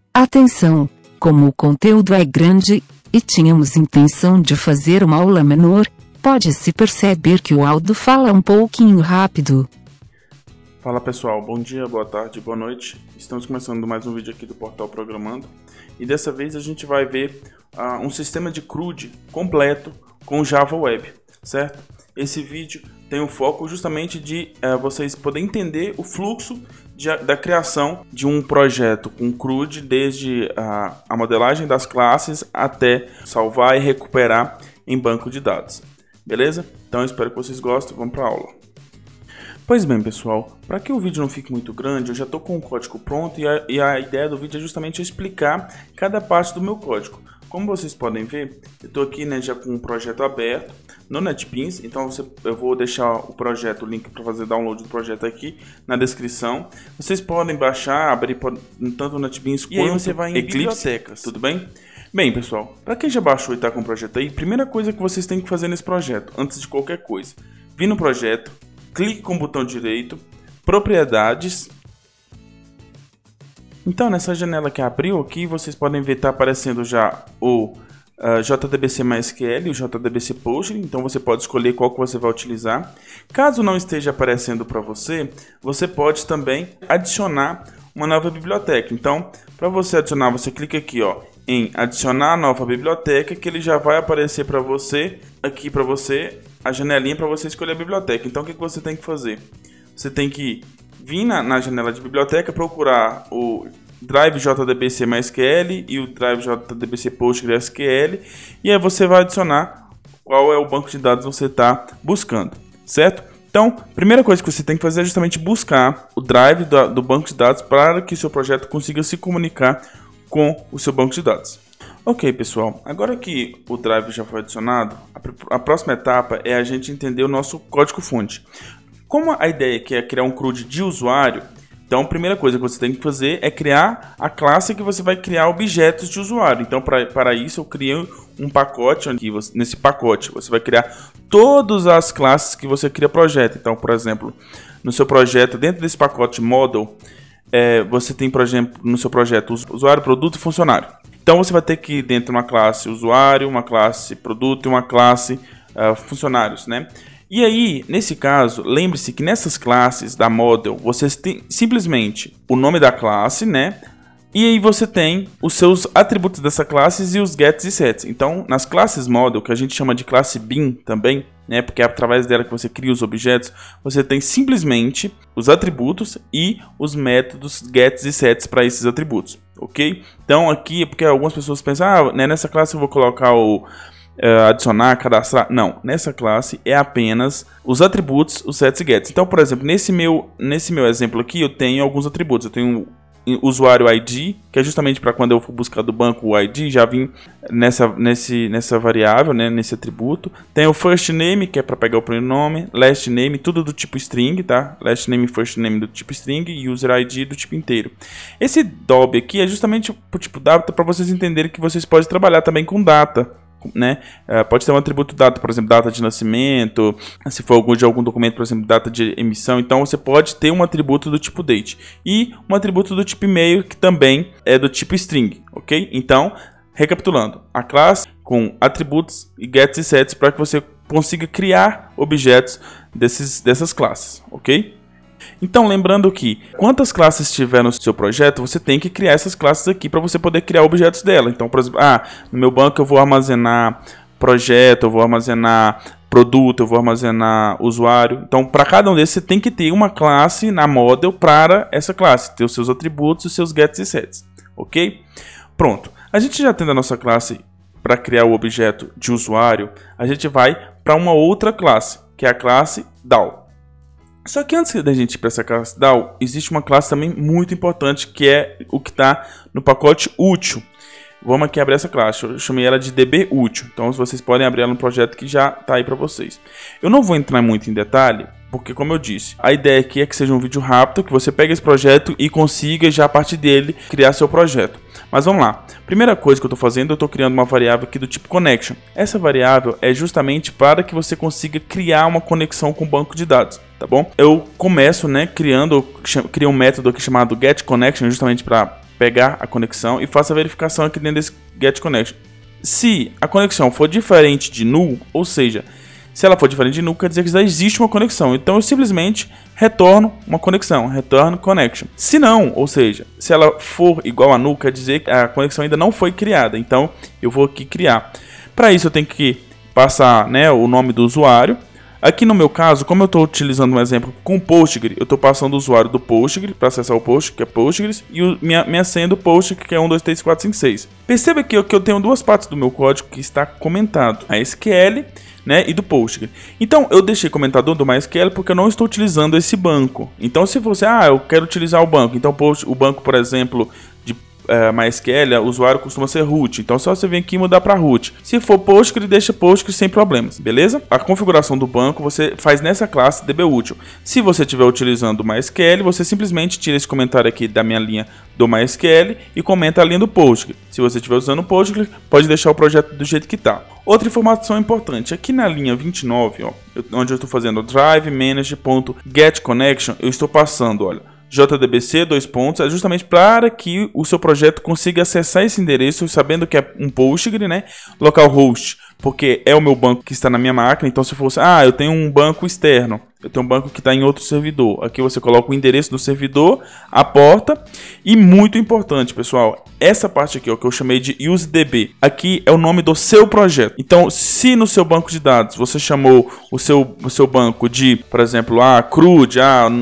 Atenção! Como o conteúdo é grande, e tínhamos intenção de fazer uma aula menor, pode-se perceber que o áudio fala um pouquinho rápido. Fala pessoal, bom dia, boa tarde, boa noite. Estamos começando mais um vídeo aqui do Portal Programando. E dessa vez a gente vai ver um sistema de CRUD completo com Java Web, certo? Esse vídeo tem o foco justamente de vocês poderem entender o fluxo da criação de um projeto com CRUD, desde a modelagem das classes até salvar e recuperar em banco de dados. Beleza? Então eu espero que vocês gostem, vamos para a aula. Pois bem pessoal, para que o vídeo não fique muito grande, eu já estou com o código pronto e a ideia do vídeo é justamente explicar cada parte do meu código. Como vocês podem ver, eu estou aqui já com um projeto aberto no NetBeans, então eu vou deixar o link para fazer download do projeto aqui na descrição. Vocês podem baixar, abrir tanto o NetBeans quanto você vai em bibliotecas, tudo bem? Bem pessoal, para quem já baixou e está com o projeto aí, primeira coisa que vocês têm que fazer nesse projeto, antes de qualquer coisa, vir no projeto, clique com o botão direito, propriedades. Então nessa janela que abriu aqui, vocês podem ver que está aparecendo já o JDBC MySQL e o JDBC Postgre, então você pode escolher qual que você vai utilizar. Caso não esteja aparecendo para você, você pode também adicionar uma nova biblioteca. Então, para você adicionar, você clica aqui em adicionar nova biblioteca, que ele já vai aparecer para você, aqui para você, a janelinha para você escolher a biblioteca. Então o que você tem que fazer? Você tem que vir na janela de biblioteca, procurar o Drive JDBC MySQL e o Drive JDBC PostgreSQL, e aí você vai adicionar qual é o banco de dados que você está buscando, certo? Então, primeira coisa que você tem que fazer é justamente buscar o drive do banco de dados para que o seu projeto consiga se comunicar com o seu banco de dados. Ok pessoal, agora que o drive já foi adicionado, a próxima etapa é a gente entender o nosso código-fonte. Como a ideia aqui é criar um CRUD de usuário, então a primeira coisa que você tem que fazer é criar a classe que você vai criar objetos de usuário. Então para isso eu criei um pacote, onde nesse pacote você vai criar todas as classes que você cria projeto. Então por exemplo, no seu projeto, dentro desse pacote model, você tem, por exemplo, no seu projeto usuário, produto e funcionário. Então você vai ter que ir dentro de uma classe usuário, uma classe produto e uma classe funcionários, né? E aí, nesse caso, lembre-se que nessas classes da model, vocês têm simplesmente o nome da classe, né? E aí você tem os seus atributos dessa classe e os gets e sets. Então, nas classes model, que a gente chama de classe bin também, né? Porque é através dela que você cria os objetos, você tem simplesmente os atributos e os métodos gets e sets para esses atributos, ok? Então aqui é porque algumas pessoas pensam, nessa classe eu vou colocar o adicionar, cadastrar. Não, nessa classe é apenas os atributos, os sets e gets. Então, por exemplo, nesse meu exemplo aqui, eu tenho alguns atributos. Eu tenho usuário ID, que é justamente para quando eu for buscar do banco o ID, já vim nessa variável, né, nesse atributo. Tem o first name, que é para pegar o primeiro nome, last name, tudo do tipo string, tá? Last name e first name do tipo string e user ID do tipo inteiro. Esse DOB aqui é justamente o tipo data para vocês entenderem que vocês podem trabalhar também com data, né? Pode ter um atributo data, por exemplo, data de nascimento, se for de algum documento, por exemplo, data de emissão. Então você pode ter um atributo do tipo date e um atributo do tipo e-mail, que também é do tipo string, ok? Então, recapitulando, a classe com atributos e gets e sets para que você consiga criar objetos dessas classes, ok? Então, lembrando que quantas classes tiver no seu projeto, você tem que criar essas classes aqui para você poder criar objetos dela. Então, por exemplo, no meu banco eu vou armazenar projeto, eu vou armazenar produto, eu vou armazenar usuário. Então, para cada um desses, você tem que ter uma classe na model para essa classe, ter os seus atributos, os seus gets e sets, ok? Pronto. A gente já tendo a nossa classe para criar o objeto de usuário, a gente vai para uma outra classe, que é a classe DAO. Só que antes da gente ir para essa classe DAO, existe uma classe também muito importante, que é o que está no pacote útil. Vamos aqui abrir essa classe, eu chamei ela de DB útil, então vocês podem abrir ela no projeto que já está aí para vocês. Eu não vou entrar muito em detalhe, porque como eu disse, a ideia aqui é que seja um vídeo rápido, que você pegue esse projeto e consiga já a partir dele criar seu projeto. Mas vamos lá, primeira coisa que eu estou fazendo, eu estou criando uma variável aqui do tipo connection. Essa variável é justamente para que você consiga criar uma conexão com o banco de dados, tá bom? Eu começo, crio um método aqui chamado getConnection, justamente para pegar a conexão e faço a verificação aqui dentro desse getConnection. Se a conexão for diferente de null, ou seja, se ela for diferente de null, quer dizer que já existe uma conexão. Então eu simplesmente retorno uma conexão, return connection. Se não, ou seja, se ela for igual a null, quer dizer que a conexão ainda não foi criada. Então eu vou aqui criar. Para isso eu tenho que passar, né, o nome do usuário. Aqui no meu caso, como eu estou utilizando um exemplo com Postgre, eu estou passando o usuário do Postgre para acessar o Postgre, que é Postgres, e minha senha do Postgre, que é 1, 2, 3, 4, 5, 6. Perceba que eu tenho duas partes do meu código que está comentado, a SQL, né, e do Postgre. Então eu deixei comentado do MySQL porque eu não estou utilizando esse banco. Então se você, eu quero utilizar o banco, então o banco, por exemplo, de MySQL, o usuário costuma ser root, então só você vem aqui e mudar para root. Se for Postgre, deixa Postgre sem problemas, beleza? A configuração do banco você faz nessa classe dbUtil. Se você estiver utilizando o MySQL, você simplesmente tira esse comentário aqui da minha linha do MySQL e comenta a linha do Postgre. Se você estiver usando o Postgre, pode deixar o projeto do jeito que está. Outra informação importante, aqui na linha 29, ó, onde eu estou fazendo drive manage.getConnection, eu estou passando, olha, JDBC, é justamente para que o seu projeto consiga acessar esse endereço, sabendo que é um Postgre, né? Localhost, porque é o meu banco que está na minha máquina. Então se fosse, eu tenho um banco externo, eu tenho um banco que está em outro servidor. Aqui você coloca o endereço do servidor, a porta. E muito importante, pessoal, essa parte aqui, ó, que eu chamei de useDB, aqui é o nome do seu projeto. Então, se no seu banco de dados você chamou o seu banco de, por exemplo, CRUD,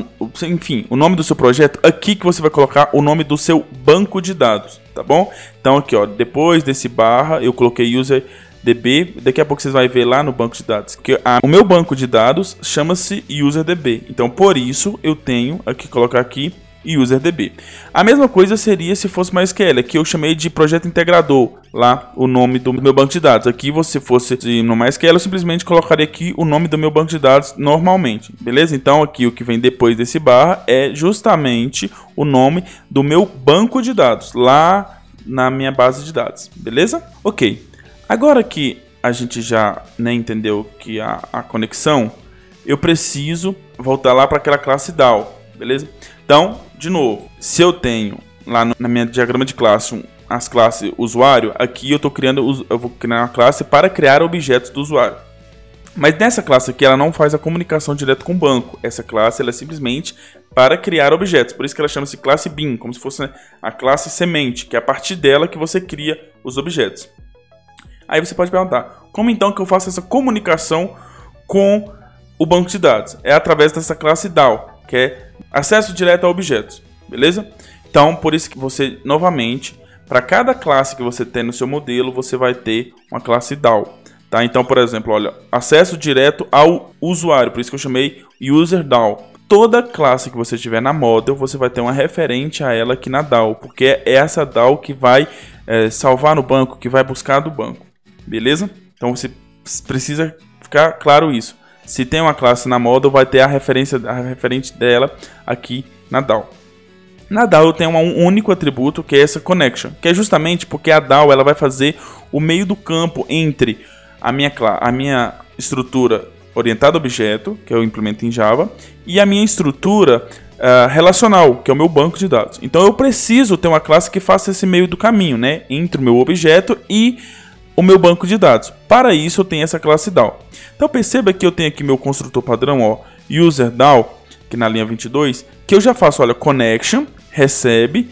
enfim, o nome do seu projeto, aqui que você vai colocar o nome do seu banco de dados, tá bom? Então aqui, ó, depois desse barra, eu coloquei userDB. Daqui a pouco vocês vão ver lá no banco de dados que o meu banco de dados chama-se userDB. Então por isso eu tenho aqui colocar aqui userDB. A mesma coisa seria se fosse MySQL. Aqui eu chamei de projeto integrador lá o nome do meu banco de dados. Aqui se fosse no MySQL eu simplesmente colocaria aqui o nome do meu banco de dados normalmente, beleza? Então aqui o que vem depois desse barra é justamente o nome do meu banco de dados lá na minha base de dados, beleza? Ok. Agora que a gente já entendeu que a conexão, eu preciso voltar lá para aquela classe DAO, beleza? Então, de novo, se eu tenho lá na minha diagrama de classe as classes usuário, aqui eu vou criar uma classe para criar objetos do usuário. Mas nessa classe aqui ela não faz a comunicação direto com o banco. Essa classe ela é simplesmente para criar objetos. Por isso que ela chama-se classe bin, como se fosse a classe semente, que é a partir dela que você cria os objetos. Aí você pode perguntar, como então que eu faço essa comunicação com o banco de dados? É através dessa classe DAO, que é acesso direto a objetos, beleza? Então, por isso que você, novamente, para cada classe que você tem no seu modelo, você vai ter uma classe DAO, tá? Então, por exemplo, olha, acesso direto ao usuário, por isso que eu chamei userDAO. Toda classe que você tiver na model, você vai ter uma referente a ela aqui na DAO, porque é essa DAO que vai salvar no banco, que vai buscar do banco, beleza? Então, você precisa ficar claro isso. Se tem uma classe na model, vai ter a referente dela aqui na DAO. Na DAO eu tenho um único atributo, que é essa connection, que é justamente porque a DAO ela vai fazer o meio do campo entre a minha estrutura orientada a objeto, que eu implemento em Java, e a minha estrutura relacional, que é o meu banco de dados. Então eu preciso ter uma classe que faça esse meio do caminho, né, entre o meu objeto e o meu banco de dados. Para isso eu tenho essa classe DAO. Então perceba que eu tenho aqui meu construtor padrão, ó, userDAO, que na linha 22, que eu já faço, olha, connection, recebe,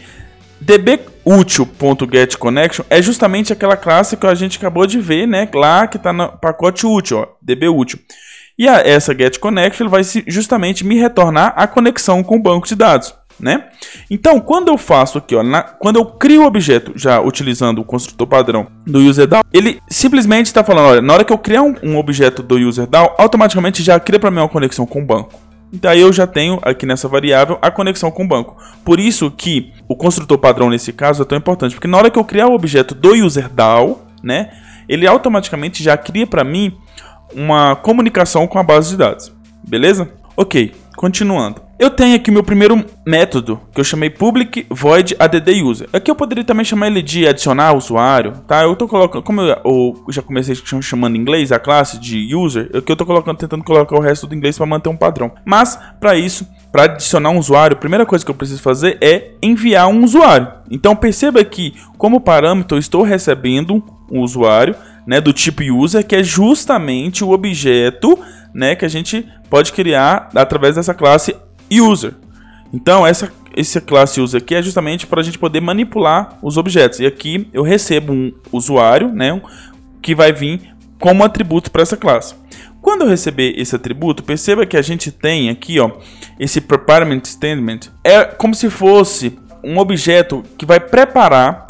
dbUtil.getConnection é justamente aquela classe que a gente acabou de ver, né, lá que está no pacote útil, ó, dbUtil. E essa getConnection vai justamente me retornar a conexão com o banco de dados, né? Então, quando eu faço aqui, ó, quando eu crio o objeto já utilizando o construtor padrão do userDAO, ele simplesmente está falando, olha, na hora que eu criar um objeto do userDAO, automaticamente já cria para mim uma conexão com o banco. Então aí eu já tenho aqui nessa variável a conexão com o banco. Por isso que o construtor padrão nesse caso é tão importante, porque na hora que eu criar o objeto do userDAO, né, ele automaticamente já cria para mim uma comunicação com a base de dados. Beleza? Ok, continuando. Eu tenho aqui o meu primeiro método, que eu chamei public void add user. Aqui eu poderia também chamar ele de adicionar usuário, tá? Eu tô colocando, como eu já comecei chamando em inglês a classe de user, aqui eu tô tentando colocar o resto do inglês para manter um padrão. Mas, para isso, para adicionar um usuário, a primeira coisa que eu preciso fazer é enviar um usuário. Então perceba que, como parâmetro, eu estou recebendo um usuário, né, do tipo user, que é justamente o objeto, né, que a gente pode criar através dessa classe user. Então essa classe user aqui é justamente para a gente poder manipular os objetos. E aqui eu recebo um usuário, né, que vai vir como atributo para essa classe. Quando eu receber esse atributo, perceba que a gente tem aqui, ó, esse preparement statement. É como se fosse um objeto que vai preparar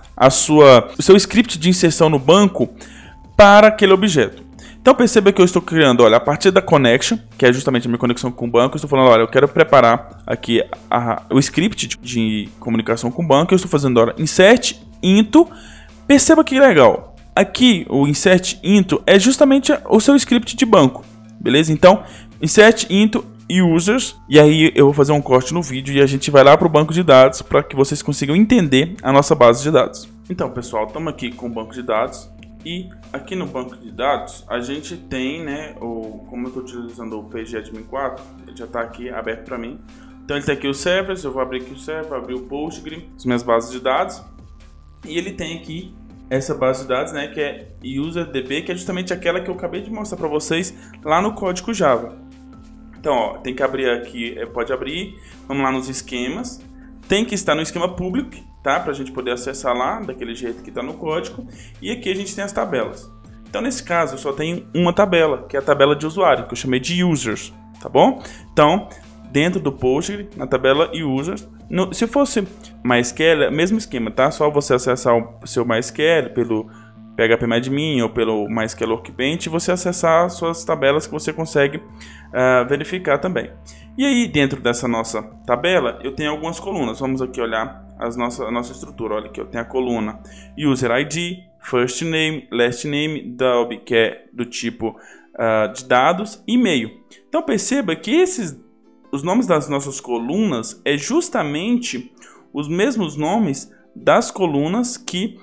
o seu script de inserção no banco para aquele objeto. Então perceba que eu estou criando, olha, a partir da connection, que é justamente a minha conexão com o banco, eu estou falando, olha, eu quero preparar aqui o script de comunicação com o banco, eu estou fazendo, olha, insert into. Perceba que legal, aqui o insert into é justamente o seu script de banco, beleza? Então, insert into users, e aí eu vou fazer um corte no vídeo e a gente vai lá para o banco de dados para que vocês consigam entender a nossa base de dados. Então, pessoal, estamos aqui com o banco de dados. E aqui no banco de dados a gente tem, né, como eu estou utilizando o PageAdmin 4, ele já está aqui aberto para mim. Então ele tem aqui os servers, eu vou abrir aqui o server, abrir o Postgre, as minhas bases de dados. E ele tem aqui essa base de dados, né, que é UserDB, que é justamente aquela que eu acabei de mostrar para vocês lá no código Java. Então, ó, tem que abrir aqui, pode abrir, vamos lá nos esquemas. Tem que estar no esquema public, tá? Para a gente poder acessar lá, daquele jeito que está no código. E aqui a gente tem as tabelas. Então, nesse caso, eu só tenho uma tabela, que é a tabela de usuário, que eu chamei de users, tá bom? Então, dentro do Postgre, na tabela users, se fosse MySQL, é o mesmo esquema, tá? Só você acessar o seu MySQL pelo PHPMadmin ou pelo MySQL Workbench e você acessar as suas tabelas que você consegue verificar também. E aí, dentro dessa nossa tabela, eu tenho algumas colunas. Vamos aqui olhar a nossa estrutura. Olha aqui, eu tenho a coluna User ID, First Name, Last Name, DOB, que é do tipo de dados, e e-mail. Então perceba que os nomes das nossas colunas é justamente os mesmos nomes das colunas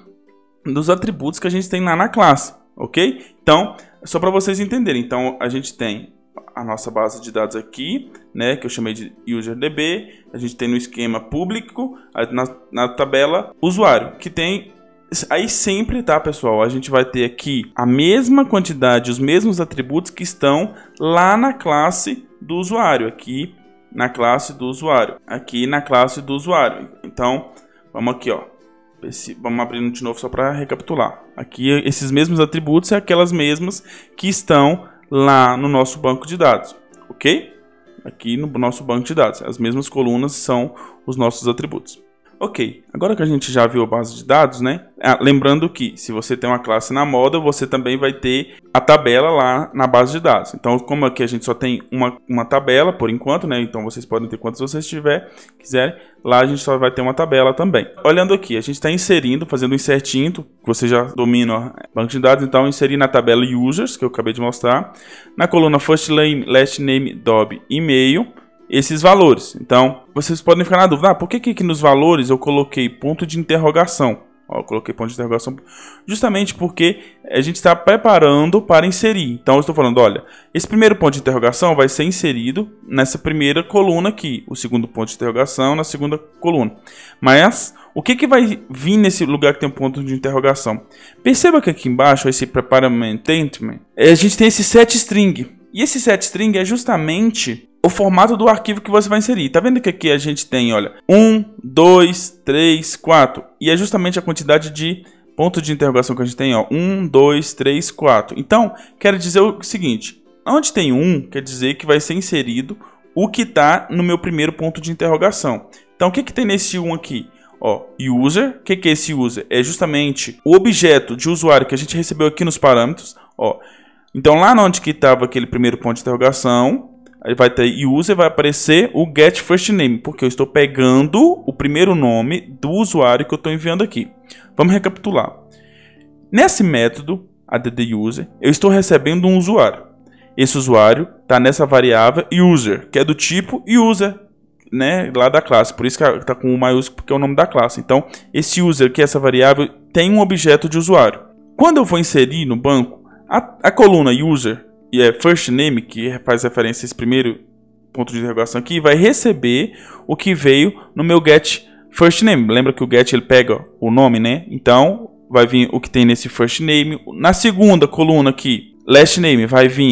dos atributos que a gente tem lá na classe, ok? Então, só para vocês entenderem. Então, a gente tem a nossa base de dados aqui, né, que eu chamei de UserDB. A gente tem no esquema público, na tabela usuário, que tem aí sempre, tá, pessoal? A gente vai ter aqui a mesma quantidade, os mesmos atributos que estão lá na classe do usuário, aqui na classe do usuário, aqui na classe do usuário. Então, vamos aqui, ó. Vamos abrindo de novo só para recapitular. Aqui esses mesmos atributos são aquelas mesmas que estão lá no nosso banco de dados, ok? Aqui no nosso banco de dados, as mesmas colunas são os nossos atributos. Ok, agora que a gente já viu a base de dados, né? Lembrando que se você tem uma classe na moda, você também vai ter a tabela lá na base de dados. Então, como aqui a gente só tem uma tabela por enquanto, né? Então vocês podem ter quantas vocês quiserem. Lá a gente só vai ter uma tabela também. Olhando aqui, a gente está inserindo, fazendo um insert into, que você já domina o banco de dados. Então, inserir na tabela users, que eu acabei de mostrar. Na coluna first name, last name, DOB, e-mail. Esses valores. Então, vocês podem ficar na dúvida, por que nos valores eu coloquei ponto de interrogação? Ó, eu coloquei ponto de interrogação justamente porque a gente está preparando para inserir. Então, eu estou falando, olha, esse primeiro ponto de interrogação vai ser inserido nessa primeira coluna aqui, o segundo ponto de interrogação na segunda coluna. Mas, o que vai vir nesse lugar que tem um ponto de interrogação? Perceba que aqui embaixo, esse preparation statement, a gente tem esse setString. E esse setString é justamente o formato do arquivo que você vai inserir. Tá vendo que aqui a gente tem, olha, 1, 2, 3, 4. E é justamente a quantidade de pontos de interrogação que a gente tem, ó. 1, 2, 3, 4. Então, quer dizer o seguinte. Onde tem 1, quer dizer que vai ser inserido o que está no meu primeiro ponto de interrogação. Então, o que tem nesse 1 aqui? Ó, user. O que é esse user? É justamente o objeto de usuário que a gente recebeu aqui nos parâmetros. Ó. Então, lá onde que estava aquele primeiro ponto de interrogação, aí vai ter user, vai aparecer o get first name, porque eu estou pegando o primeiro nome do usuário que eu estou enviando aqui. Vamos recapitular. Nesse método, add_user, eu estou recebendo um usuário. Esse usuário está nessa variável user, que é do tipo user, né, lá da classe. Por isso que está com o maiúsculo, porque é o nome da classe. Então, esse user, que é essa variável, tem um objeto de usuário. Quando eu for inserir no banco, a coluna user, e é first name, que faz referência a esse primeiro ponto de interrogação aqui, vai receber o que veio no meu get first name. Lembra que o get ele pega o nome, né? Então, vai vir o que tem nesse first name. Na segunda coluna aqui, last name,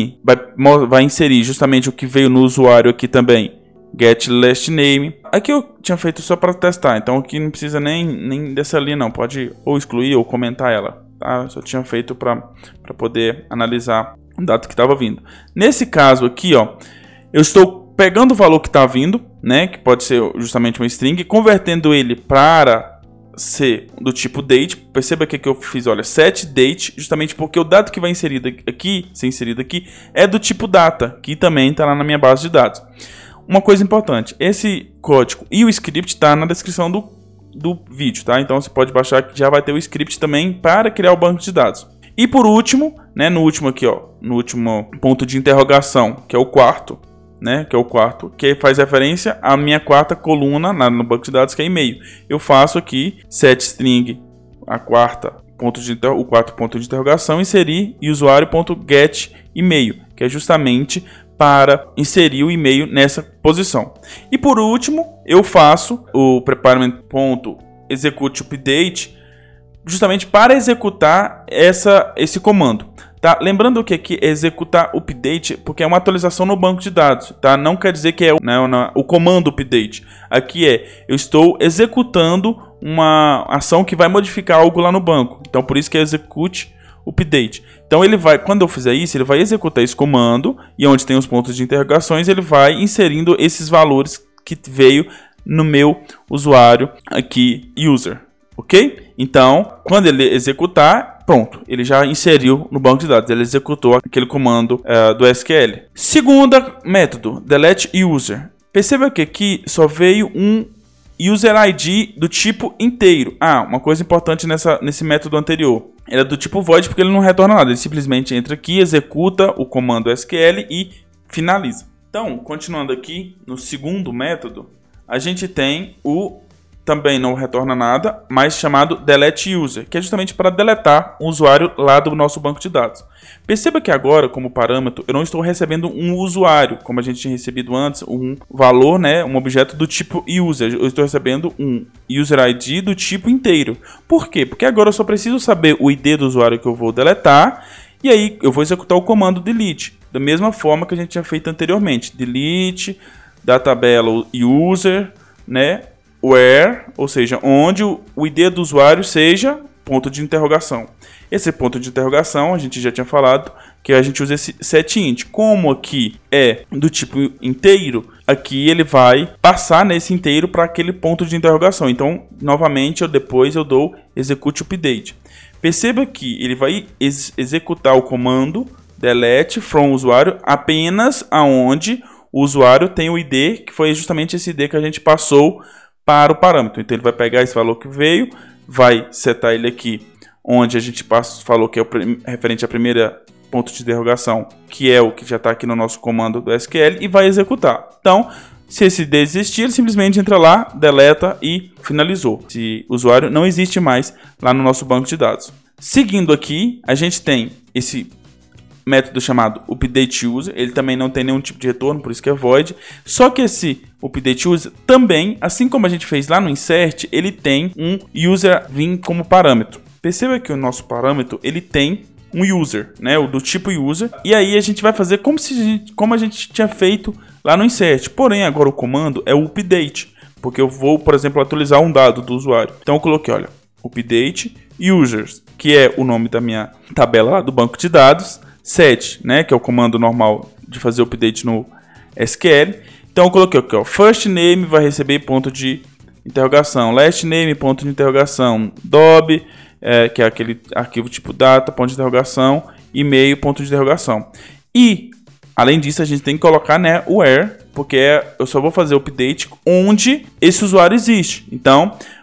vai inserir justamente o que veio no usuário aqui também. Get last name. Aqui eu tinha feito só para testar, então aqui não precisa nem dessa linha não. Pode ou excluir ou comentar ela. Tá? Eu só tinha feito para poder analisar o dado que estava vindo. Nesse caso aqui, ó, eu estou pegando o valor que está vindo, né, que pode ser justamente uma string, convertendo ele para ser do tipo date. Perceba que eu fiz, olha, set date, justamente porque o dado que vai ser inserido aqui é do tipo data, que também está lá na minha base de dados. Uma coisa importante, esse código e o script está na descrição do vídeo, tá? Então você pode baixar, que já vai ter o script também para criar o banco de dados. E por último, né, no último ponto de interrogação, que é o quarto, né, que faz referência à minha quarta coluna no banco de dados, que é e-mail. Eu faço aqui set string, o quarto ponto de interrogação, inserir e usuário.get e-mail, que é justamente para inserir o e-mail nessa posição. E por último, eu faço o preparement.execute update justamente para executar esse comando. Tá? Lembrando que aqui é executar update porque é uma atualização no banco de dados. Tá? Não quer dizer que é o comando update. Aqui eu estou executando uma ação que vai modificar algo lá no banco. Então por isso que é execute update. Então quando eu fizer isso, ele vai executar esse comando e onde tem os pontos de interrogações, ele vai inserindo esses valores que veio no meu usuário aqui, user. Ok? Então, quando ele executar, pronto, ele já inseriu no banco de dados, ele executou aquele comando do SQL. Segunda método, delete user. Perceba que aqui só veio um user ID do tipo inteiro. Uma coisa importante nesse método anterior. Ele é do tipo void porque ele não retorna nada. Ele simplesmente entra aqui, executa o comando SQL e finaliza. Então, continuando aqui no segundo método, a gente tem também não retorna nada, mas chamado delete user, que é justamente para deletar o usuário lá do nosso banco de dados. Perceba que agora, como parâmetro, eu não estou recebendo um usuário, como a gente tinha recebido antes, um valor, né, um objeto do tipo user. Eu estou recebendo um user ID do tipo inteiro. Por quê? Porque agora eu só preciso saber o ID do usuário que eu vou deletar, e aí eu vou executar o comando delete, da mesma forma que a gente tinha feito anteriormente. Delete da tabela user, né, where, ou seja, onde o ID do usuário seja ponto de interrogação. Esse ponto de interrogação, a gente já tinha falado que a gente usa esse setInt. Como aqui é do tipo inteiro, aqui ele vai passar nesse inteiro para aquele ponto de interrogação. Então, novamente, depois eu dou execute update. Perceba que ele vai executar o comando delete from usuário apenas aonde o usuário tem o ID, que foi justamente esse ID que a gente passou para o parâmetro. Então ele vai pegar esse valor que veio, vai setar ele aqui onde a gente falou que é o referente à primeira ponto de interrogação, que é o que já está aqui no nosso comando do SQL, e vai executar. Então, se esse ID existir, ele simplesmente entra lá, deleta e finalizou. Esse usuário não existe mais lá no nosso banco de dados. Seguindo aqui, a gente tem esse método chamado updateUser, ele também não tem nenhum tipo de retorno, por isso que é void. Só que esse updateUser também, assim como a gente fez lá no insert, ele tem um user vim como parâmetro. Perceba que o nosso parâmetro ele tem um user, né, o do tipo user, e aí a gente vai fazer como a gente tinha feito lá no insert. Porém, agora o comando é o update, porque eu vou, por exemplo, atualizar um dado do usuário. Então eu coloquei, olha, update users, que é o nome da minha tabela lá do banco de dados. Set, né, que é o comando normal de fazer o update no SQL. Então eu coloquei aqui, ó, first name vai receber ponto de interrogação, last name ponto de interrogação, dob, que é aquele arquivo tipo data, ponto de interrogação, e-mail, ponto de interrogação. E além disso a gente tem que colocar, né, o where, porque eu só vou fazer o update onde esse usuário existe. Então,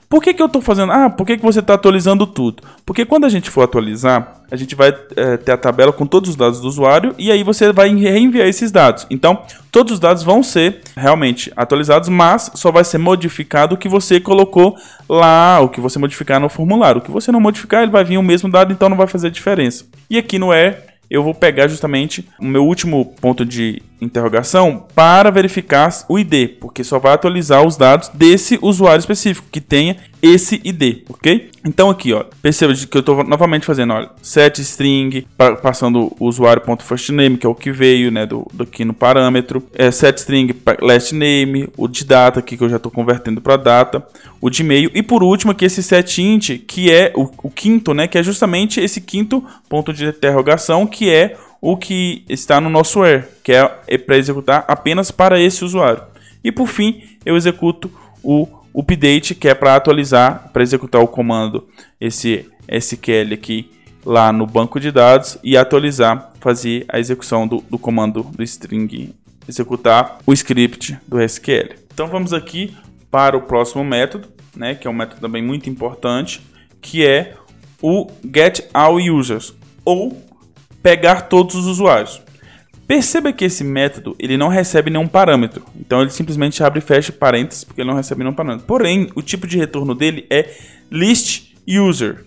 Por que eu estou fazendo? Por que você está atualizando tudo? Porque quando a gente for atualizar, a gente vai ter a tabela com todos os dados do usuário e aí você vai reenviar esses dados. Então, todos os dados vão ser realmente atualizados, mas só vai ser modificado o que você colocou lá, o que você modificar no formulário. O que você não modificar, ele vai vir o mesmo dado, então não vai fazer diferença. E aqui no Where, eu vou pegar justamente o meu último ponto de interrogação para verificar o ID, porque só vai atualizar os dados desse usuário específico que tenha esse ID, ok? Então aqui, ó, perceba que eu estou novamente fazendo, olha, set string, passando o usuário.firstname, que é o que veio, né, aqui no parâmetro, set string last name, o de data aqui que eu já estou convertendo para data, o de e-mail e por último aqui esse set int, que é o quinto, né, que é justamente esse quinto ponto de interrogação, que é o que está no nosso where, que é para executar apenas para esse usuário. E por fim, eu executo o update, que é para atualizar, para executar o comando, esse SQL aqui lá no banco de dados e atualizar, fazer a execução do comando do string, executar o script do SQL. Então vamos aqui para o próximo método, né, que é um método também muito importante, que é o getAllUsers, ou pegar todos os usuários. Perceba que esse método ele não recebe nenhum parâmetro, então ele simplesmente abre e fecha parênteses porque ele não recebe nenhum parâmetro. Porém, o tipo de retorno dele é listUser.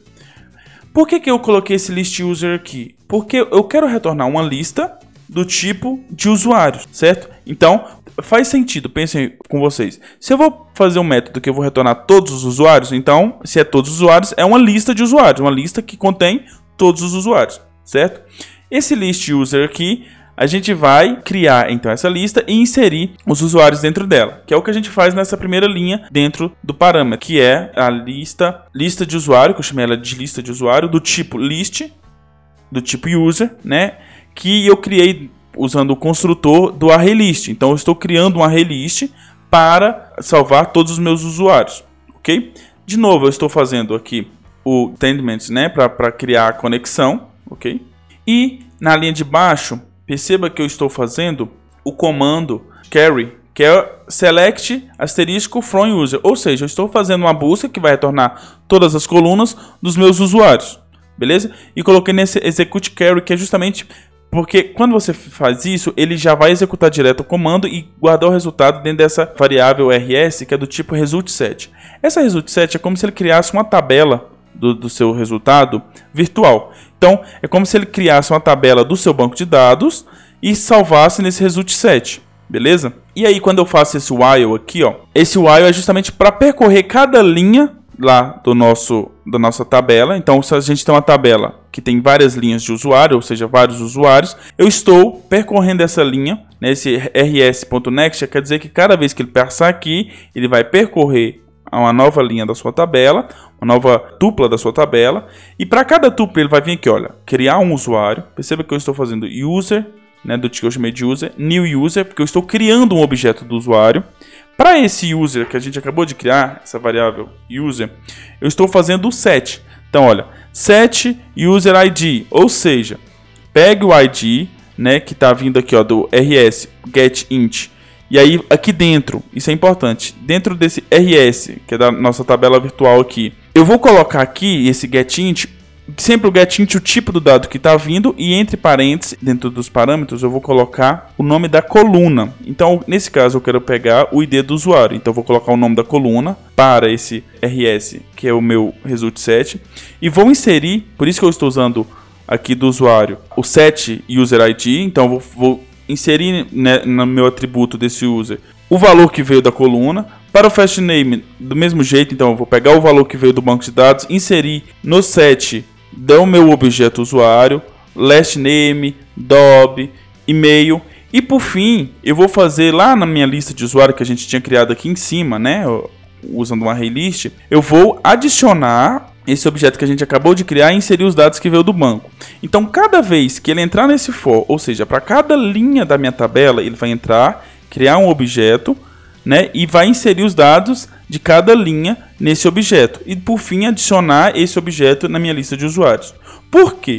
Por que eu coloquei esse listUser aqui? Porque eu quero retornar uma lista do tipo de usuários, certo? Então, faz sentido, pensem com vocês. Se eu vou fazer um método que eu vou retornar todos os usuários, então, se é todos os usuários, é uma lista de usuários, uma lista que contém todos os usuários, certo? Esse listUser aqui, a gente vai criar então essa lista e inserir os usuários dentro dela, que é o que a gente faz nessa primeira linha dentro do parâmetro, que é a lista de usuário, que eu chamei ela de lista de usuário, do tipo list, do tipo user, né? Que eu criei usando o construtor do arraylist. Então eu estou criando um arraylist para salvar todos os meus usuários, ok? De novo, eu estou fazendo aqui o attendment, né? Para criar a conexão, ok? E na linha de baixo, perceba que eu estou fazendo o comando carry, que é select asterisco from user, ou seja, eu estou fazendo uma busca que vai retornar todas as colunas dos meus usuários, beleza? E coloquei nesse execute carry, que é justamente porque quando você faz isso, ele já vai executar direto o comando e guardar o resultado dentro dessa variável rs, que é do tipo resultSet. Essa resultSet é como se ele criasse uma tabela do seu resultado virtual. Então, é como se ele criasse uma tabela do seu banco de dados e salvasse nesse resultSet, beleza? E aí, quando eu faço esse while aqui, ó, esse while é justamente para percorrer cada linha lá da nossa tabela. Então, se a gente tem uma tabela que tem várias linhas de usuário, ou seja, vários usuários, eu estou percorrendo essa linha, né, esse rs.next, quer dizer que cada vez que ele passar aqui, ele vai percorrer uma nova linha da sua tabela, uma nova tupla da sua tabela, e para cada tupla ele vai vir aqui, olha, criar um usuário. Perceba que eu estou fazendo user, né, do que eu chamei de user, new user, porque eu estou criando um objeto do usuário. Para esse user que a gente acabou de criar, essa variável user, eu estou fazendo o set. Então, olha, set user ID, ou seja, pegue o ID, né, que está vindo aqui, ó, do rs getInt. E aí, aqui dentro, isso é importante, dentro desse rs, que é da nossa tabela virtual aqui, eu vou colocar aqui esse getInt, sempre o getInt, o tipo do dado que está vindo, e entre parênteses, dentro dos parâmetros, eu vou colocar o nome da coluna. Então, nesse caso, eu quero pegar o ID do usuário. Então, eu vou colocar o nome da coluna para esse rs, que é o meu resultSet, e vou inserir, por isso que eu estou usando aqui do usuário, o set user ID. Então, eu vou inserir, né, no meu atributo desse user o valor que veio da coluna. Para o first name, do mesmo jeito, então eu vou pegar o valor que veio do banco de dados, inserir no set do meu objeto usuário, last name, dob, e-mail, e por fim eu vou fazer lá na minha lista de usuário que a gente tinha criado aqui em cima, né, usando um arraylist, eu vou adicionar esse objeto que a gente acabou de criar e inserir os dados que veio do banco. Então, cada vez que ele entrar nesse for, ou seja, para cada linha da minha tabela, ele vai entrar, criar um objeto, né, e vai inserir os dados de cada linha nesse objeto. E, por fim, adicionar esse objeto na minha lista de usuários. Por quê?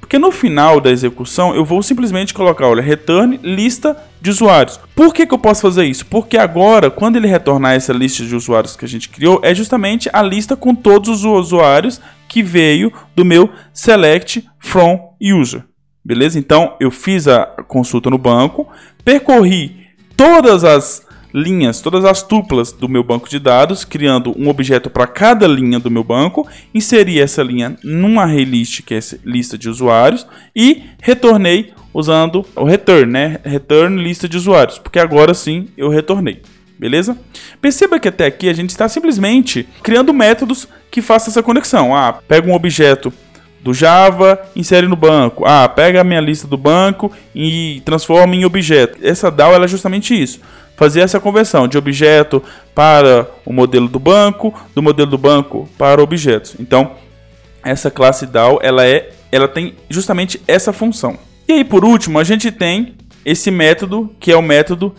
Porque no final da execução eu vou simplesmente colocar, olha, return lista de usuários. Por que eu posso fazer isso? Porque agora, quando ele retornar essa lista de usuários que a gente criou, é justamente a lista com todos os usuários que veio do meu select from user. Beleza? Então, eu fiz a consulta no banco, percorri todas as linhas, todas as tuplas do meu banco de dados, criando um objeto para cada linha do meu banco, inseri essa linha numa array list, que é essa lista de usuários, e retornei usando o return, né? Return lista de usuários, porque agora sim eu retornei. Beleza? Perceba que até aqui a gente está simplesmente criando métodos que façam essa conexão. Pega um objeto do Java, insere no banco. Pega a minha lista do banco e transforma em objeto. Essa DAO ela é justamente isso. Fazer essa conversão de objeto para o modelo do banco para objetos. Então, essa classe DAO ela tem justamente essa função. E aí, por último, a gente tem esse método que é o método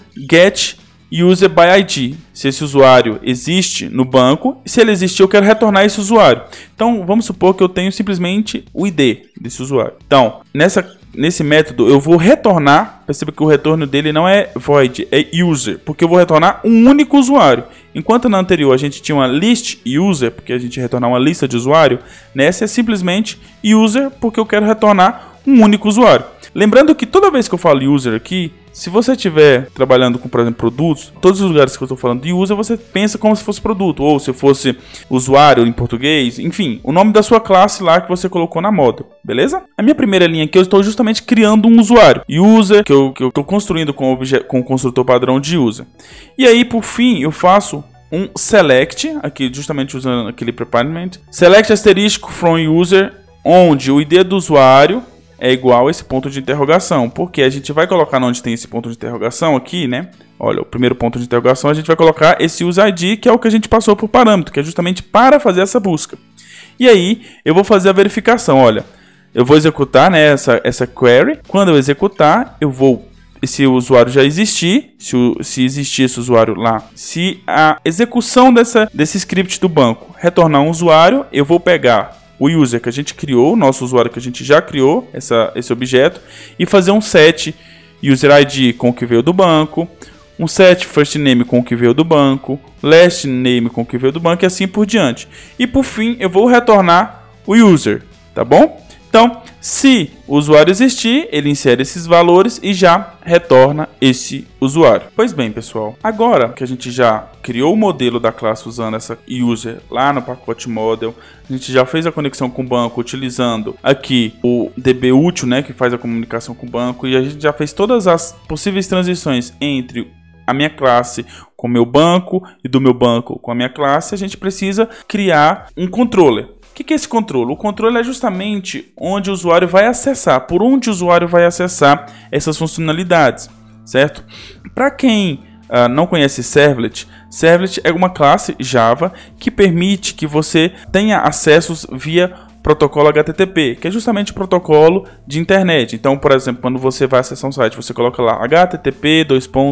getUserById. Se esse usuário existe no banco, se ele existir, eu quero retornar esse usuário. Então, vamos supor que eu tenho simplesmente o ID desse usuário. Então, nesse método, eu vou retornar. Perceba que o retorno dele não é void, é user, porque eu vou retornar um único usuário. Enquanto na anterior a gente tinha uma list user, porque a gente ia retornar uma lista de usuário, nessa é simplesmente user, porque eu quero retornar um único usuário. Lembrando que toda vez que eu falo user aqui, se você estiver trabalhando com, por exemplo, produtos, todos os lugares que eu estou falando de user, você pensa como se fosse produto, ou se fosse usuário em português, enfim, o nome da sua classe lá que você colocou na model, beleza? A minha primeira linha aqui, eu estou justamente criando um usuário, user, que eu estou construindo com o construtor padrão de user. E aí, por fim, eu faço um select, aqui justamente usando aquele preparement, select asterisco from user, onde o ID do usuário é igual a esse ponto de interrogação, porque a gente vai colocar onde tem esse ponto de interrogação aqui, né? Olha, o primeiro ponto de interrogação a gente vai colocar esse useID, que é o que a gente passou por parâmetro, que é justamente para fazer essa busca. E aí, eu vou fazer a verificação, olha, eu vou executar, né, essa query, quando eu executar, eu vou, esse usuário já existir, se existir esse usuário lá, se a execução desse script do banco retornar um usuário, eu vou pegar o user que a gente criou, o nosso usuário que a gente já criou, esse objeto, e fazer um set userID com o que veio do banco, um set first name com o que veio do banco, last name com o que veio do banco e assim por diante. E por fim, eu vou retornar o user, tá bom? Então, se o usuário existir, ele insere esses valores e já retorna esse usuário. Pois bem, pessoal, agora que a gente já criou o modelo da classe usando essa user lá no pacote model, a gente já fez a conexão com o banco utilizando aqui o dbútil, né, que faz a comunicação com o banco, e a gente já fez todas as possíveis transições entre a minha classe com o meu banco e do meu banco com a minha classe. A gente precisa criar um controller. O que é esse controle? O controle é justamente onde o usuário vai acessar, por onde o usuário vai acessar essas funcionalidades, certo? Para quem não conhece Servlet, Servlet é uma classe Java que permite que você tenha acessos via protocolo HTTP, que é justamente o protocolo de internet. Então, por exemplo, quando você vai acessar um site, você coloca lá http://.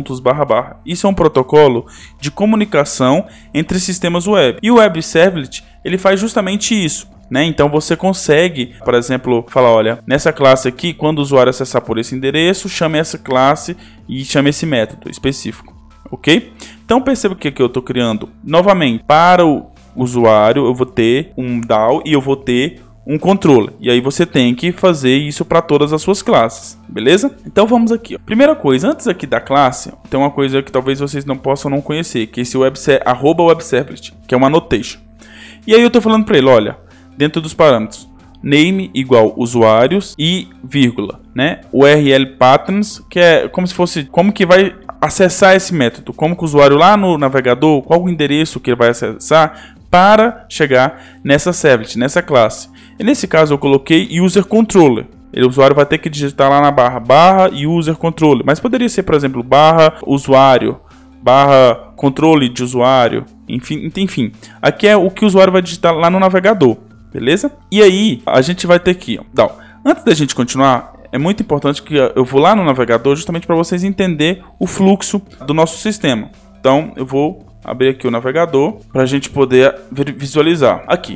Isso é um protocolo de comunicação entre sistemas web. E o Web Servlet, ele faz justamente isso, né? Então você consegue, por exemplo, falar, olha, nessa classe aqui, quando o usuário acessar por esse endereço, chame essa classe e chame esse método específico, ok? Então perceba que aqui eu estou criando, novamente, para o usuário, eu vou ter um DAO e eu vou ter um controller. E aí você tem que fazer isso para todas as suas classes, beleza? Então vamos aqui. Ó. Primeira coisa, antes aqui da classe, tem uma coisa que talvez vocês não possam não conhecer, que é esse @webservlet, que é uma annotation. E aí eu estou falando para ele, olha, dentro dos parâmetros, name igual usuários e vírgula, né? URL patterns, que é como se fosse, como que vai acessar esse método, como que o usuário lá no navegador, qual o endereço que ele vai acessar para chegar nessa servlet, nessa classe. E nesse caso eu coloquei user controller. O usuário vai ter que digitar lá na barra user controller, mas poderia ser, por exemplo, barra usuário, barra controle de usuário, enfim. Aqui é o que o usuário vai digitar lá no navegador, beleza? E aí a gente vai ter aqui, ó. Então, antes da gente continuar, é muito importante que eu vou lá no navegador justamente para vocês entenderem o fluxo do nosso sistema. Então eu vou abrir aqui o navegador para a gente poder visualizar. Aqui,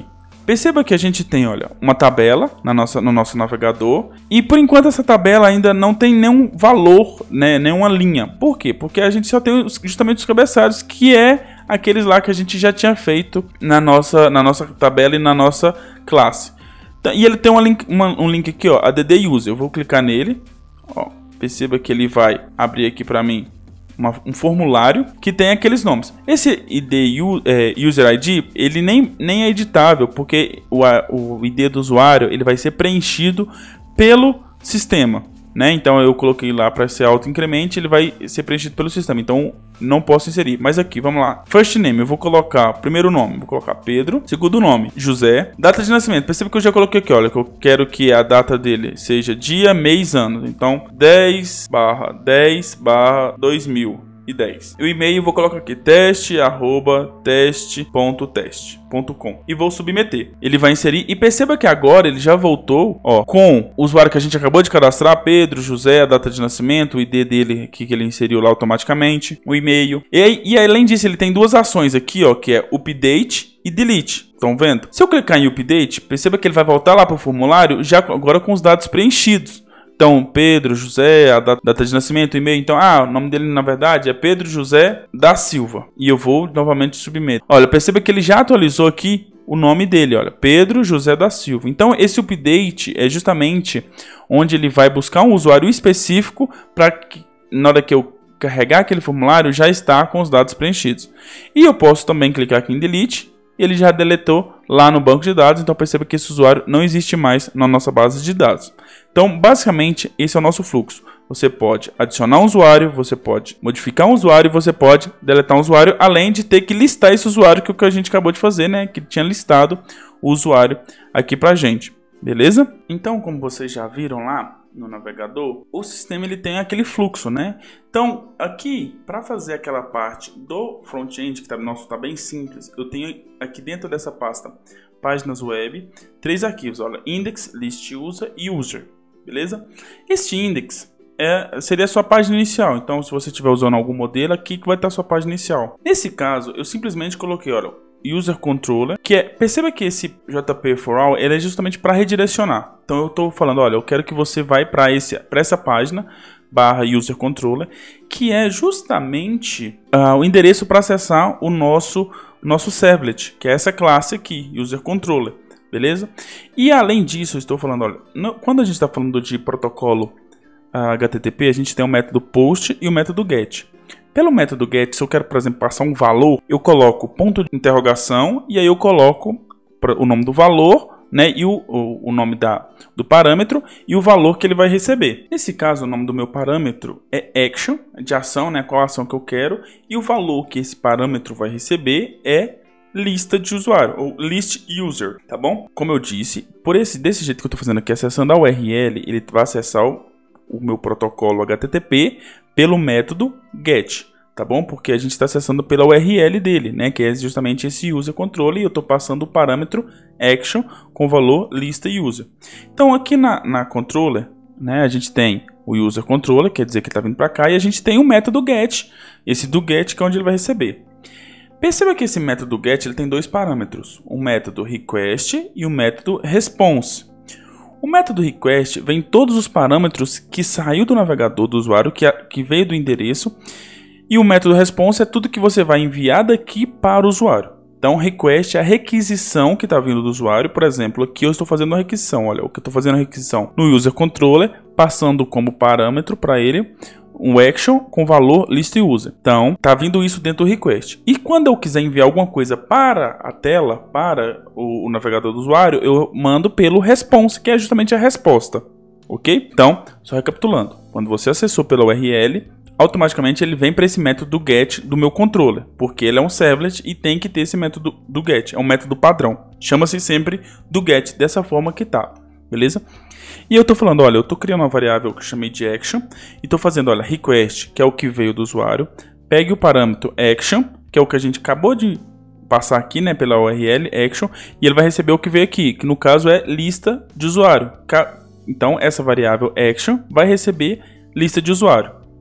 Perceba que a gente tem, olha, uma tabela no nosso navegador e por enquanto essa tabela ainda não tem nenhum valor, né, nenhuma linha. Por quê? Porque a gente só tem justamente os cabeçalhos, que é aqueles lá que a gente já tinha feito na nossa tabela e na nossa classe. E ele tem um link aqui, ó, add user. Eu vou clicar nele, ó, perceba que ele vai abrir aqui para mim um formulário que tem aqueles nomes. Esse User ID, ele nem é editável, porque o ID do usuário ele vai ser preenchido pelo sistema, né? Então eu coloquei lá para ser auto-incremente, ele vai ser preenchido pelo sistema, então não posso inserir. Mas aqui, vamos lá. First name, eu vou colocar primeiro nome, vou colocar Pedro. Segundo nome, José. Data de nascimento, perceba que eu já coloquei aqui, olha, que eu quero que a data dele seja dia, mês, ano. Então 10/10/2010. E o e-mail eu vou colocar aqui teste@teste.teste.com e vou submeter. Ele vai inserir e perceba que agora ele já voltou, ó, com o usuário que a gente acabou de cadastrar, Pedro, José, a data de nascimento, o ID dele aqui que ele inseriu lá automaticamente, o e-mail. E além disso ele tem duas ações aqui, ó, que é update e delete. Estão vendo? Se eu clicar em update, perceba que ele vai voltar lá para o formulário já agora com os dados preenchidos. Então, Pedro, José, a data de nascimento, e-mail. Então, o nome dele na verdade é Pedro José da Silva. E eu vou novamente submeter. Olha, perceba que ele já atualizou aqui o nome dele, olha, Pedro José da Silva. Então, esse update é justamente onde ele vai buscar um usuário específico para que, na hora que eu carregar aquele formulário, já está com os dados preenchidos. E eu posso também clicar aqui em delete. Ele já deletou lá no banco de dados, então perceba que esse usuário não existe mais na nossa base de dados. Então, basicamente, esse é o nosso fluxo. Você pode adicionar um usuário, você pode modificar um usuário, você pode deletar um usuário, além de ter que listar esse usuário, que é o que a gente acabou de fazer, né? Que tinha listado o usuário aqui pra gente, beleza? Então, como vocês já viram lá no navegador, o sistema ele tem aquele fluxo, né? Então, aqui, para fazer aquela parte do front-end, que tá bem simples, eu tenho aqui dentro dessa pasta páginas web, 3 arquivos, olha, index, list user e user, beleza? Este index seria a sua página inicial, então se você estiver usando algum modelo, aqui que vai estar a sua página inicial. Nesse caso, eu simplesmente coloquei, olha, user controller, que perceba que esse JP for all, ele é justamente para redirecionar. Então eu estou falando, olha, eu quero que você vai para essa página /user controller, que é justamente o endereço para acessar o nosso servlet, que é essa classe aqui, user controller, beleza? E além disso, eu estou falando, olha, quando a gente está falando de protocolo HTTP, a gente tem o método post e o método get. Pelo método get, se eu quero, por exemplo, passar um valor, eu coloco ponto de interrogação e aí eu coloco o nome do valor, né, e o nome do parâmetro e o valor que ele vai receber. Nesse caso, o nome do meu parâmetro é action, de ação, né, qual ação que eu quero, e o valor que esse parâmetro vai receber é lista de usuário, ou list user, tá bom? Como eu disse, desse jeito que eu estou fazendo aqui, acessando a URL, ele vai acessar o meu protocolo HTTP pelo método get, tá bom? Porque a gente está acessando pela URL dele, né? Que é justamente esse user controle, e eu estou passando o parâmetro action com o valor lista user. Então aqui na controller, né? A gente tem o user controller, quer dizer que está vindo para cá, e a gente tem o método get, esse do get que é onde ele vai receber. Perceba que esse método get ele tem dois parâmetros, o método request e o método response. O método request vem todos os parâmetros que saiu do navegador do usuário, que veio do endereço, e o método response é tudo que você vai enviar daqui para o usuário. Então, request é a requisição que está vindo do usuário. Por exemplo, aqui eu estou fazendo uma requisição. Olha, o que eu estou fazendo a requisição no user controller, passando como parâmetro para ele um action com valor list user. Então, tá vindo isso dentro do request. E quando eu quiser enviar alguma coisa para a tela, para o navegador do usuário, eu mando pelo response, que é justamente a resposta. Ok? Então, só recapitulando. Quando você acessou pela URL, automaticamente ele vem para esse método do get do meu controller, porque ele é um servlet e tem que ter esse método do get. É um método padrão. Chama-se sempre do get dessa forma que tá. Beleza? E eu estou falando, olha, eu estou criando uma variável que eu chamei de action e estou fazendo, olha, request, que é o que veio do usuário, pegue o parâmetro action, que é o que a gente acabou de passar aqui, né, pela URL, action, e ele vai receber o que veio aqui, que no caso é lista de usuário. Então, essa variável action vai receber lista de usuário.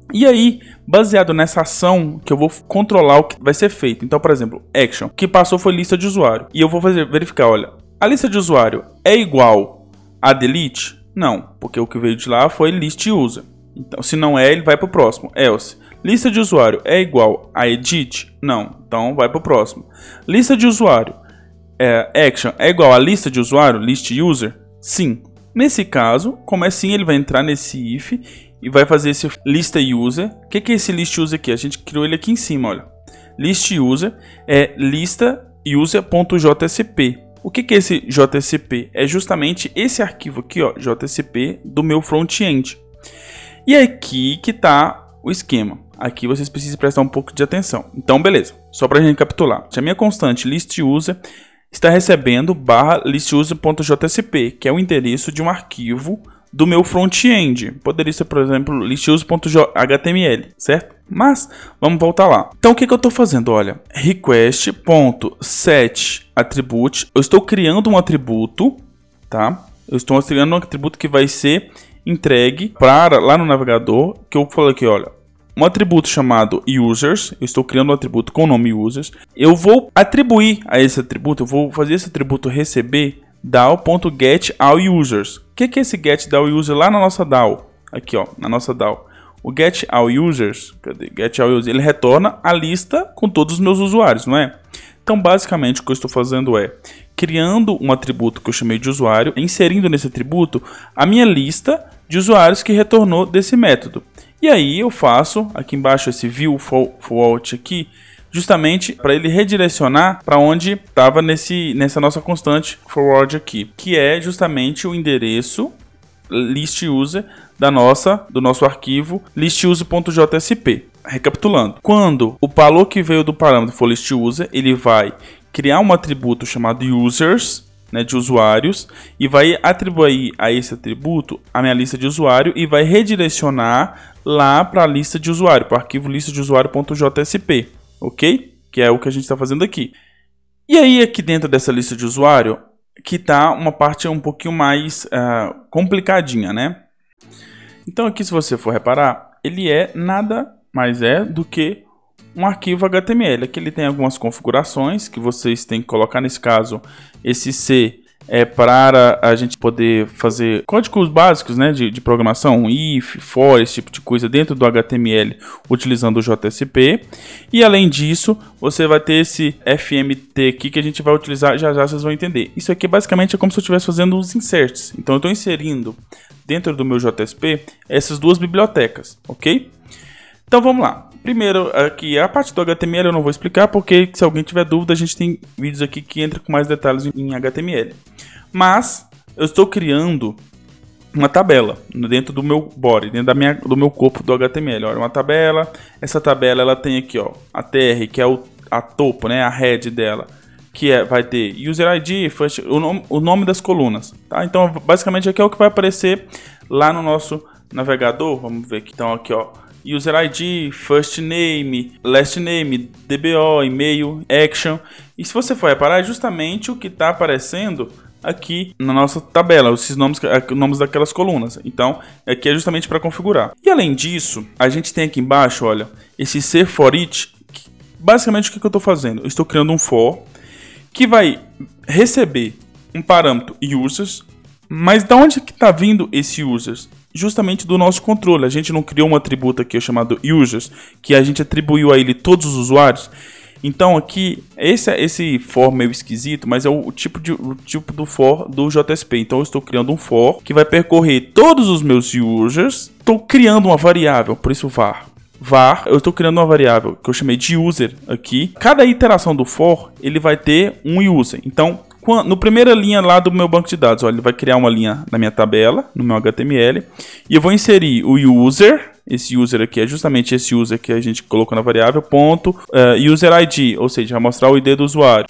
E aí, baseado nessa ação, que eu vou controlar o que vai ser feito. Então, por exemplo, action, o que passou foi lista de usuário. E eu vou verificar, olha, a lista de usuário é igual a delete? Não, porque o que veio de lá foi list user. Então, se não é, ele vai para o próximo. Else, lista de usuário é igual a edit? Não, então vai para o próximo. Lista de usuário, action, é igual a lista de usuário, list user? Sim. Nesse caso, como é sim, ele vai entrar nesse if e vai fazer esse lista user. O que é esse list user aqui? A gente criou ele aqui em cima, olha. List user é lista user.jsp. O que é esse JSP? É justamente esse arquivo aqui, ó, JSP do meu front-end. E aqui que está o esquema. Aqui vocês precisam prestar um pouco de atenção. Então, beleza. Só para a gente recapitular. Se a minha constante listuser está recebendo /listuser.jsp, que é o endereço de um arquivo do meu front-end. Poderia ser, por exemplo, listuser.html, certo? Mas, vamos voltar lá. Então, o que eu estou fazendo? Olha, request.setAttribute. Eu estou criando um atributo, tá? Eu estou criando um atributo que vai ser entregue para lá no navegador, que eu falei aqui, olha. Um atributo chamado users, eu estou criando um atributo com o nome users. Eu vou atribuir a esse atributo, eu vou fazer esse atributo receber DAO.getAllUsers. O que é esse getAllUser lá na nossa DAO? Aqui, ó, na nossa DAO. O getAllUsers, cadê? getAllUsers, ele retorna a lista com todos os meus usuários, não é? Então, basicamente, o que eu estou fazendo é criando um atributo que eu chamei de usuário, inserindo nesse atributo a minha lista de usuários que retornou desse método. E aí eu faço aqui embaixo esse view forward aqui, justamente para ele redirecionar para onde estava nessa nossa constante forward aqui, que é justamente o endereço listuser do nosso arquivo listuser.jsp. Recapitulando, quando o valor que veio do parâmetro for listuser, ele vai criar um atributo chamado users, né, de usuários, e vai atribuir a esse atributo a minha lista de usuário e vai redirecionar lá para a lista de usuário, para o arquivo lista de usuário.jsp, ok? Que é o que a gente está fazendo aqui. E aí aqui dentro dessa lista de usuário que está uma parte um pouquinho mais complicadinha, né? Então aqui, se você for reparar, ele é nada mais do que um arquivo HTML. Aqui ele tem algumas configurações que vocês têm que colocar. Nesse caso, esse C é para a gente poder fazer códigos básicos, né, de programação, if, for, esse tipo de coisa dentro do HTML utilizando o JSP. E além disso, você vai ter esse FMT aqui que a gente vai utilizar, já vocês vão entender. Isso aqui basicamente é como se eu estivesse fazendo os inserts. Então eu estou inserindo dentro do meu JSP essas duas bibliotecas, ok? Então vamos lá. Primeiro, aqui a parte do HTML eu não vou explicar, porque se alguém tiver dúvida, a gente tem vídeos aqui que entram com mais detalhes em HTML. Mas eu estou criando uma tabela dentro do meu body, dentro do meu corpo do HTML. Olha, uma tabela. Essa tabela ela tem aqui, ó, a tr, que é a topo, né, a head dela, que vai ter user ID, first, o nome das colunas, tá? Então, basicamente aqui é o que vai aparecer lá no nosso navegador. Vamos ver aqui, então aqui, ó. User ID, first name, last name, DBO, e-mail, action. E se você for reparar, é justamente o que está aparecendo aqui na nossa tabela, esses nomes daquelas colunas. Então, aqui é justamente para configurar. E além disso, a gente tem aqui embaixo, olha, esse ser for each. Basicamente, o que eu estou fazendo? Eu estou criando um for que vai receber um parâmetro users. Mas de onde que está vindo esse users? Justamente do nosso controle. A gente não criou um atributo aqui chamado users, que a gente atribuiu a ele todos os usuários. Então aqui, esse for meio esquisito, mas é o tipo do for do JSP. Então eu estou criando um for que vai percorrer todos os meus users. Estou criando uma variável, por isso var. Eu estou criando uma variável que eu chamei de user aqui. Cada iteração do for, ele vai ter um user. Então, no primeira linha lá do meu banco de dados, olha, ele vai criar uma linha na minha tabela, no meu HTML, e eu vou inserir o user. Esse user aqui é justamente esse user que a gente colocou na variável, ponto, user ID, ou seja, vai mostrar o ID do usuário,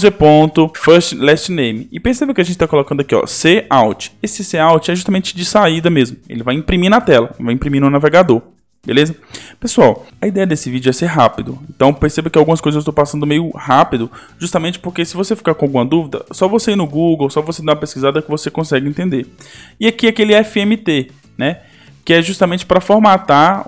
user.first-last-name. E perceba que a gente está colocando aqui, ó, cout. Esse cout é justamente de saída mesmo, ele vai imprimir na tela, vai imprimir no navegador. Beleza? Pessoal, a ideia desse vídeo é ser rápido. Então perceba que algumas coisas eu estou passando meio rápido, justamente porque se você ficar com alguma dúvida, só você ir no Google, só você dar uma pesquisada que você consegue entender. E aqui aquele FMT, né? que é justamente para formatar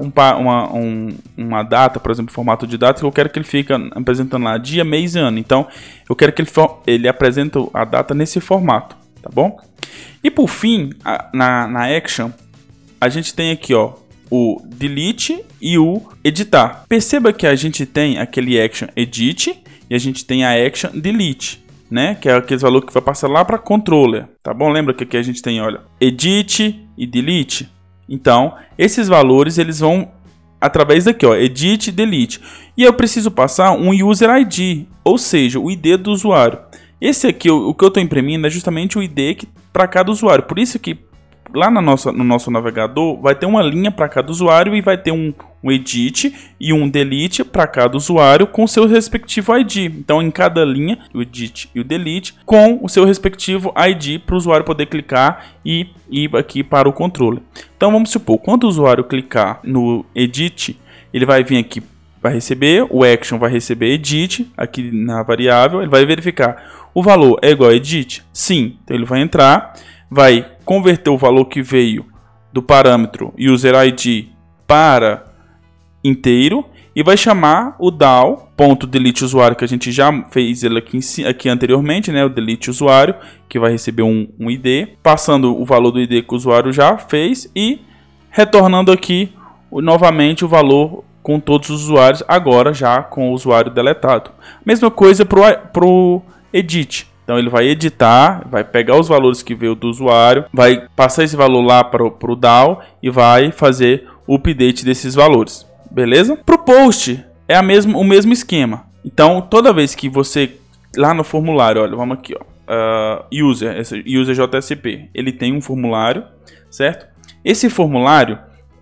uma data, por exemplo, formato de data, que eu quero que ele fique apresentando lá dia, mês e ano. Então, eu quero que ele apresente a data nesse formato, tá bom? E por fim, na action, a gente tem aqui, ó, o delete e o editar. Perceba que a gente tem aquele action edit e a gente tem a action delete, né? Que é aquele valor que vai passar lá para controller, tá bom? Lembra que aqui a gente tem, olha, edit e delete. Então, esses valores eles vão através daqui, ó, edit e delete. E eu preciso passar um user ID, ou seja, o ID do usuário. Esse aqui, o que eu estou imprimindo é justamente o ID para cada usuário. Por isso que lá no nosso navegador vai ter uma linha para cada usuário e vai ter um edit e um delete para cada usuário com seu respectivo ID. Então, em cada linha, o edit e o delete com o seu respectivo ID para o usuário poder clicar e ir aqui para o controle. Então, vamos supor, quando o usuário clicar no edit, ele vai vir aqui, vai receber, o action vai receber edit, aqui na variável, ele vai verificar o valor é igual a edit? Sim. Então, ele vai entrar, vai converter o valor que veio do parâmetro user ID para inteiro e vai chamar o DAO.delete usuário, que a gente já fez ele aqui anteriormente, né? O delete usuário, que vai receber um ID, passando o valor do ID que o usuário já fez e retornando aqui novamente o valor com todos os usuários, agora já com o usuário deletado. Mesma coisa para o edit. Então ele vai editar, vai pegar os valores que veio do usuário, vai passar esse valor lá para o DAO e vai fazer o update desses valores. Beleza? Para o post é o mesmo esquema. Então toda vez que você lá no formulário, olha, vamos aqui, ó, user JSP, ele tem um formulário, certo? Esse formulário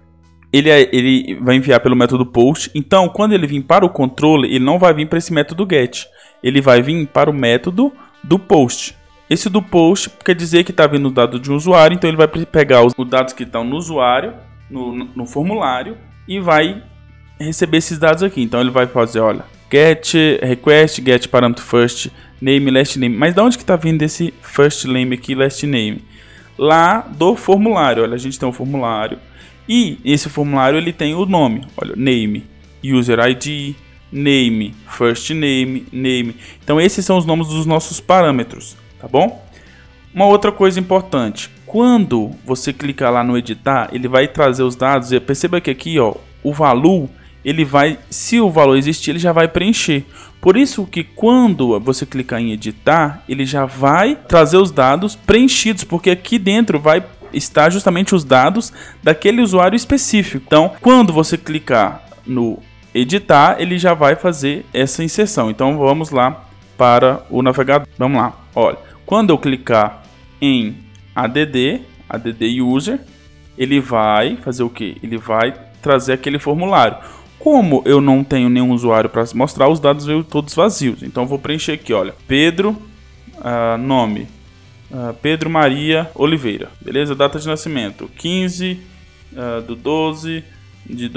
ele vai enviar pelo método post. Então quando ele vir para o controle, ele não vai vir para esse método get, ele vai vir para o método do post. Esse do post quer dizer que está vindo o dado de um usuário, então ele vai pegar os dados que estão no usuário, no formulário, e vai receber esses dados aqui. Então ele vai fazer, olha, get request, get parâmetro first name, last name. Mas de onde que está vindo esse first name aqui, last name? Lá do formulário. Olha, a gente tem um formulário e esse formulário ele tem o nome. Olha, name, user ID, name, first name, name. Então esses são os nomes dos nossos parâmetros, tá bom? Uma outra coisa importante, quando você clicar lá no editar, ele vai trazer os dados. E perceba que aqui, ó, o valor, ele vai, se o valor existir, ele já vai preencher. Por isso que quando você clicar em editar, ele já vai trazer os dados preenchidos, porque aqui dentro vai estar justamente os dados daquele usuário específico. Então, quando você clicar no editar, ele já vai fazer essa inserção. Então vamos lá para o navegador. Vamos lá. Olha, quando eu clicar em add user, ele vai fazer o que? Ele vai trazer aquele formulário. Como eu não tenho nenhum usuário para mostrar, os dados veio todos vazios. Então eu vou preencher aqui, olha, Pedro, nome, Pedro Maria Oliveira, beleza? Data de nascimento, 15 de 12 de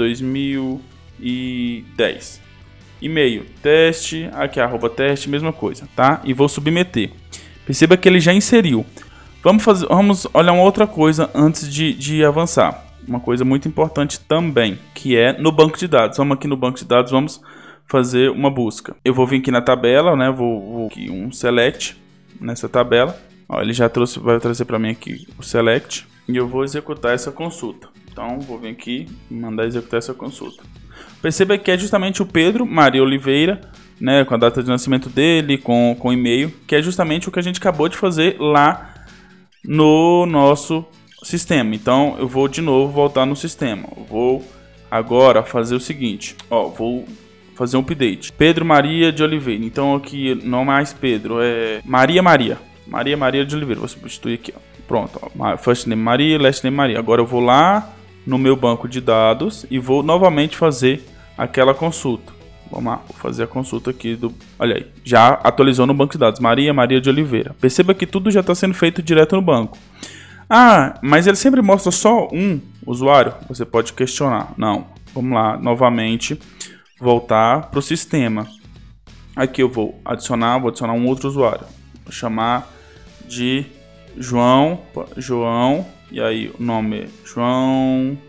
2010. E-mail, teste, aqui @teste, mesma coisa, tá? E vou submeter. Perceba que ele já inseriu. Vamos olhar uma outra coisa antes de avançar. Uma coisa muito importante também, que é no banco de dados. Vamos aqui no banco de dados, vamos fazer uma busca. Eu vou vir aqui na tabela, né? Vou aqui um select nessa tabela. Ó, ele já vai trazer para mim aqui o select e eu vou executar essa consulta. Então vou vir aqui e mandar executar essa consulta. Perceba que é justamente o Pedro Maria Oliveira, né, com a data de nascimento dele, com o e-mail, que é justamente o que a gente acabou de fazer lá no nosso sistema. Então eu vou de novo voltar no sistema. Eu vou agora fazer o seguinte, ó, vou fazer um update. Pedro Maria de Oliveira. Então aqui não mais Pedro, é Maria de Oliveira. Vou substituir aqui, ó. Pronto, ó. First name Maria, last name Maria. Agora eu vou lá no meu banco de dados e vou novamente fazer aquela consulta. Vamos lá, vou fazer a consulta aqui do... Olha aí, já atualizou no banco de dados, Maria de Oliveira. Perceba que tudo já está sendo feito direto no banco. Ah, mas ele sempre mostra só um usuário? Você pode questionar. Não, vamos lá, novamente, voltar para o sistema. Aqui eu vou adicionar um outro usuário. Vou chamar de João, e aí o nome é João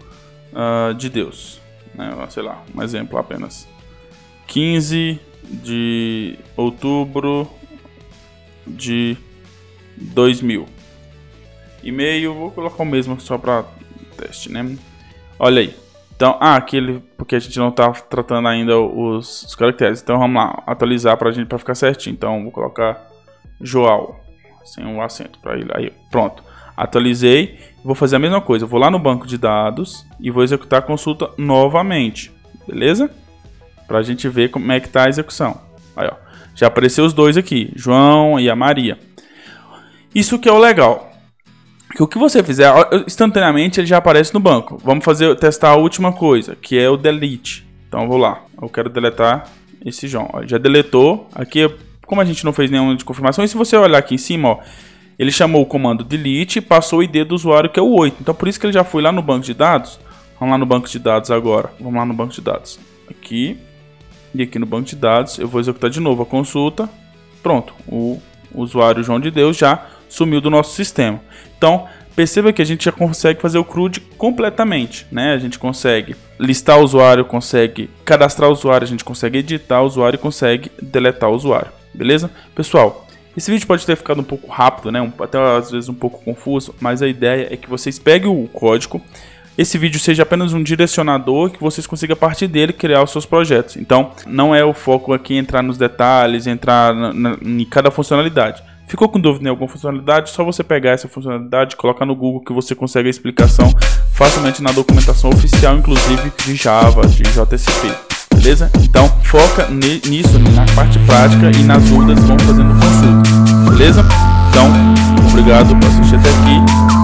de Deus, né? Sei lá, um exemplo apenas. 15 de outubro de 2000. E-mail, vou colocar o mesmo só para teste, né? Olha aí. Então, porque a gente não está tratando ainda os caracteres. Então vamos lá, atualizar para ficar certinho. Então vou colocar João sem um acento para ele. Aí, pronto. Atualizei. Vou fazer a mesma coisa. Vou lá no banco de dados e vou executar a consulta novamente. Beleza? Para a gente ver como é que está a execução. Aí, ó. Já apareceu os dois aqui, João e a Maria. Isso que é o legal. Que o que você fizer, instantaneamente ele já aparece no banco. Vamos testar a última coisa, que é o delete. Então eu vou lá. Eu quero deletar esse João. Ó, já deletou. Aqui, como a gente não fez nenhuma de confirmação, e se você olhar aqui em cima, ó, ele chamou o comando delete e passou o ID do usuário, que é o 8. Então por isso que ele já foi lá no banco de dados. Vamos lá no banco de dados agora. Vamos lá no banco de dados. Aqui. E aqui no banco de dados eu vou executar de novo a consulta. Pronto. O usuário João de Deus já sumiu do nosso sistema. Então, perceba que a gente já consegue fazer o CRUD completamente, né? A gente consegue listar o usuário, consegue cadastrar o usuário, a gente consegue editar o usuário e consegue deletar o usuário, beleza? Pessoal, esse vídeo pode ter ficado um pouco rápido, né? Até às vezes um pouco confuso, mas a ideia é que vocês peguem o código, esse vídeo seja apenas um direcionador que vocês consigam a partir dele criar os seus projetos. Então, não é o foco aqui entrar nos detalhes, entrar em cada funcionalidade. Ficou com dúvida em alguma funcionalidade? Só você pegar essa funcionalidade, colocar no Google que você consegue a explicação facilmente na documentação oficial, inclusive de Java, de JSP, beleza? Então foca nisso, na parte prática, e nas dúvidas vão fazendo consulta, beleza? Então, obrigado por assistir até aqui.